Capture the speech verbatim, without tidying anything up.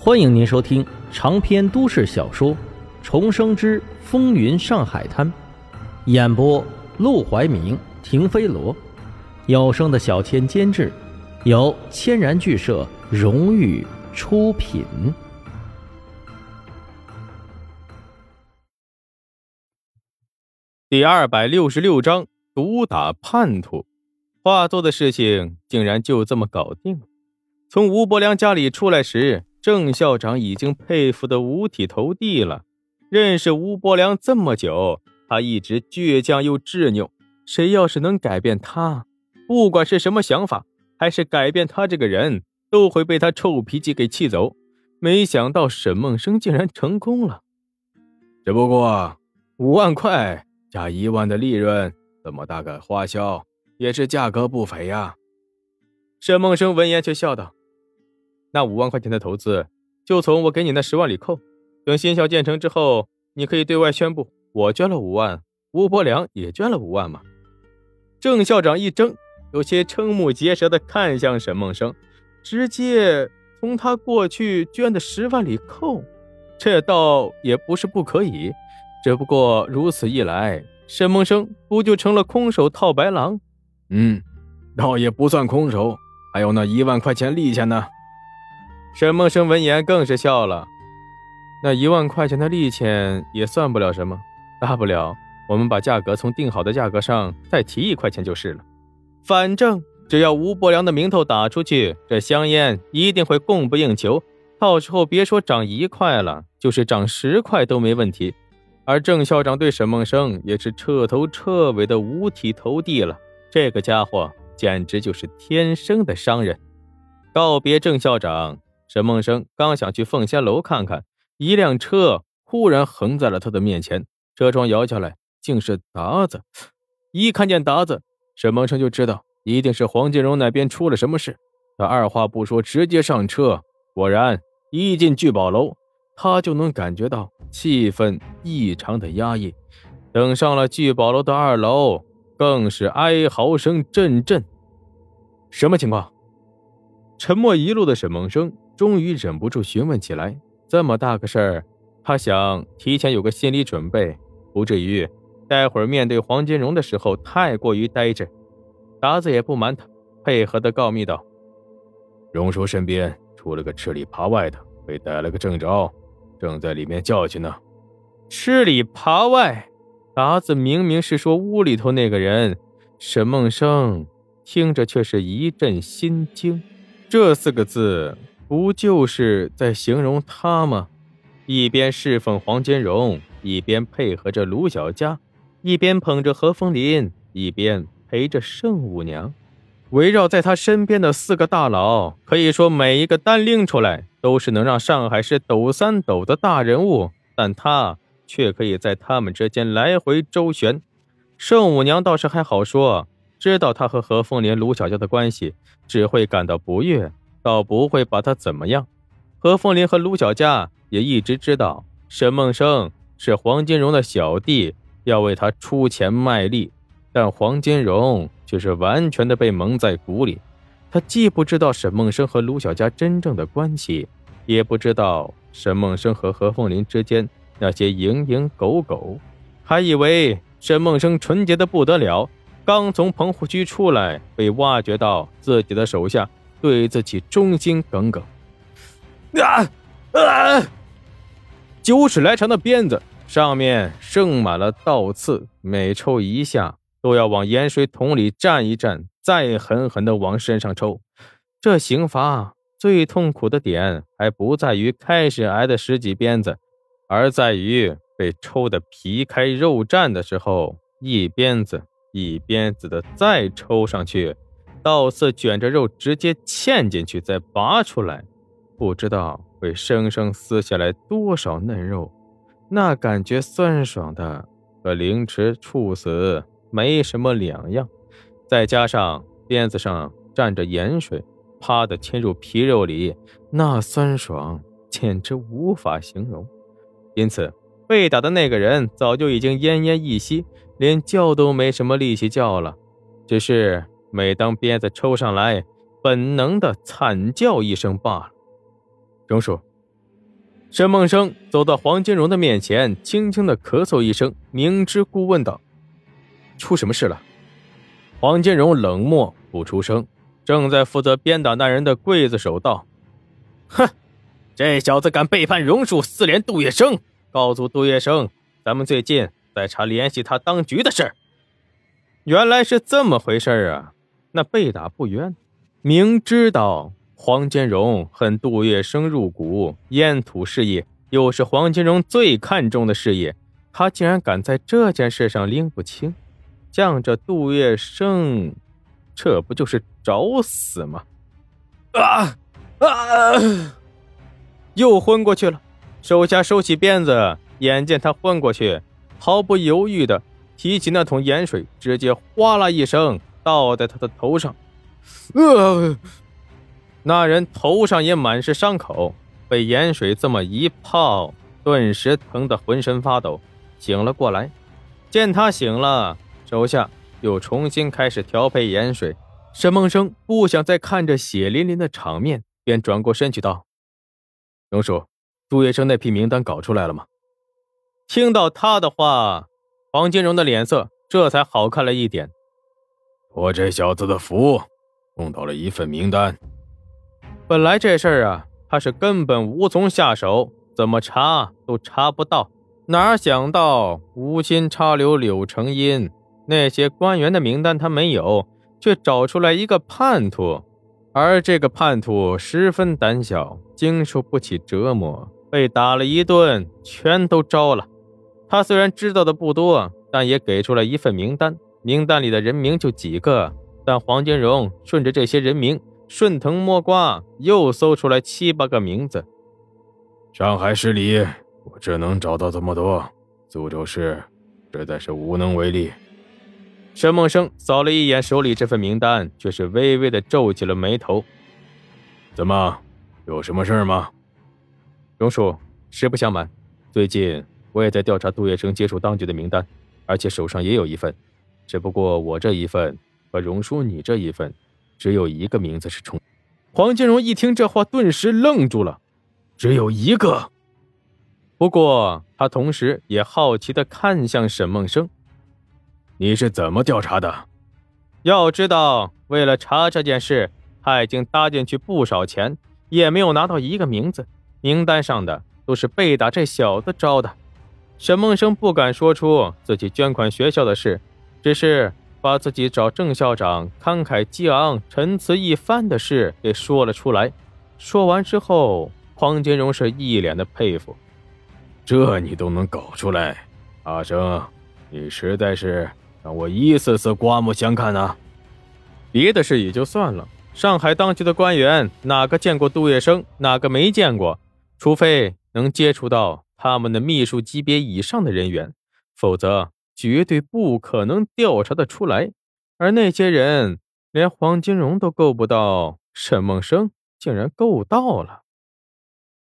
欢迎您收听长篇都市小说《重生之风云上海滩》，演播陆怀明、停飞罗，有声的小千监制，由千然剧社荣誉出品。 第二百六十六章毒打叛徒。华佗的事情竟然就这么搞定了。从吴伯良家里出来时，郑校长已经佩服得五体投地了。认识吴伯良这么久，他一直倔强又执拗，谁要是能改变他，不管是什么想法，还是改变他这个人，都会被他臭脾气给气走。没想到沈梦生竟然成功了。只不过五万块加一万的利润，这么大个花销，也是价格不菲呀。沈梦生闻言却笑道：那五万块钱的投资，就从我给你那十万里扣。等新校建成之后，你可以对外宣布，我捐了五万，吴伯良也捐了五万嘛。郑校长一怔，有些瞠目结舌地看向沈梦生，直接从他过去捐的十万里扣，这倒也不是不可以。只不过如此一来，沈梦生不就成了空手套白狼？嗯，倒也不算空手，还有那一万块钱利钱呢。沈梦生闻言更是笑了，那一万块钱的利钱也算不了什么，大不了我们把价格从定好的价格上再提一块钱就是了。反正只要吴伯良的名头打出去，这香烟一定会供不应求，到时候别说涨一块了，就是涨十块都没问题。而郑校长对沈梦生也是彻头彻尾的五体投地了，这个家伙简直就是天生的商人。告别郑校长，沈梦生刚想去凤仙楼看看，一辆车忽然横在了他的面前，车窗摇下来，竟是达子。一看见达子，沈梦生就知道一定是黄金荣那边出了什么事，他二话不说直接上车。果然一进聚宝楼，他就能感觉到气氛异常的压抑。等上了聚宝楼的二楼，更是哀嚎声阵阵。什么情况？沉默一路的沈梦生终于忍不住询问起来。这么大个事儿，他想提前有个心理准备，不至于待会儿面对黄金荣的时候太过于呆滞。达子也不瞒他，配合的告密道：荣叔身边出了个吃里扒外的，被逮了个正着，正在里面教训呢。吃里扒外？达子明明是说屋里头那个人。沈梦生听着却是一阵心惊，这四个字不就是在形容他吗？一边侍奉黄金荣，一边配合着卢小佳，一边捧着何风林，一边陪着圣母娘。围绕在他身边的四个大佬，可以说每一个单拎出来都是能让上海市抖三抖的大人物，但他却可以在他们之间来回周旋。圣母娘倒是还好说，知道他和何凤莲、卢小佳的关系，只会感到不悦，倒不会把他怎么样。何凤莲和卢小佳也一直知道沈梦生是黄金荣的小弟，要为他出钱卖力，但黄金荣却是完全的被蒙在鼓里。他既不知道沈梦生和卢小佳真正的关系，也不知道沈梦生和何凤林之间那些蝇营狗苟，还以为沈梦生纯洁的不得了，刚从棚户区出来，被挖掘到自己的手下，对自己忠心耿耿。啊啊！九尺来长的鞭子上面生满了倒刺，每抽一下都要往盐水桶里蘸一蘸，再狠狠地往身上抽。这刑罚最痛苦的点还不在于开始挨的十几鞭子，而在于被抽得皮开肉绽的时候，一鞭子一鞭子的再抽上去，倒刺卷着肉直接嵌进去再拔出来，不知道会生生撕下来多少嫩肉，那感觉酸爽的和凌迟处死没什么两样。再加上鞭子上蘸着盐水，啪的嵌入皮肉里，那酸爽简直无法形容。因此被打的那个人早就已经奄奄一息，连叫都没什么力气叫了，只是每当鞭子抽上来，本能的惨叫一声罢了。荣叔， 沈梦生走到黄金荣的面前，轻轻地咳嗽一声，明知故问道：出什么事了？黄金荣冷漠不出声，正在负责鞭打那人的刽子手道：哼，这小子敢背叛榕树，私联杜月笙，告诉杜月笙，咱们最近在查联系他当局的事儿。原来是这么回事啊，那被打不冤。明知道黄金荣恨杜月笙入骨，烟土事业又是黄金荣最看重的事业，他竟然敢在这件事上拎不清，向着杜月笙，这不就是找死吗？啊啊！又昏过去了。手下收起鞭子，眼见他昏过去，毫不犹豫的提起那桶盐水，直接哗啦一声倒在他的头上。呃，那人头上也满是伤口，被盐水这么一泡，顿时疼得浑身发抖，醒了过来。见他醒了，手下又重新开始调配盐水。沈梦生不想再看着血淋淋的场面，便转过身去道：榕树，杜月笙那批名单搞出来了吗？听到他的话，黄金荣的脸色这才好看了一点。 托这小子的福，弄到了一份名单。 本来这事儿啊，他是根本无从下手，怎么查都查不到。哪想到无心插柳柳成荫，那些官员的名单他没有，却找出来一个叛徒。而这个叛徒十分胆小，经受不起折磨，被打了一顿，全都招了。他虽然知道的不多，但也给出了一份名单，名单里的人名就几个，但黄金荣顺着这些人名顺藤摸瓜，又搜出来七八个名字。 上海市里我只能找到这么多，苏州市实在是无能为力。 沈梦生扫了一眼手里这份名单，却是微微的皱起了眉头。 怎么，有什么事吗？ 榕树，实不相瞒，最近我也在调查杜月笙接触当局的名单，而且手上也有一份，只不过我这一份和榕树你这一份只有一个名字是重。黄金荣一听这话，顿时愣住了。只有一个？不过他同时也好奇地看向沈梦生。 你是怎么调查的？ 要知道，为了查这件事，他已经搭进去不少钱，也没有拿到一个名字，名单上的都是被打这小子招的。沈梦生不敢说出自己捐款学校的事，只是把自己找郑校长慷慨激昂陈词一番的事给说了出来。说完之后，黄金荣是一脸的佩服。 这你都能搞出来，阿生，你实在是让我一次次刮目相看啊！ 别的事也就算了，上海当局的官员哪个见过杜月笙，哪个没见过？除非能接触到他们的秘书级别以上的人员，否则绝对不可能调查得出来。而那些人连黄金荣都够不到，沈梦生竟然够到了。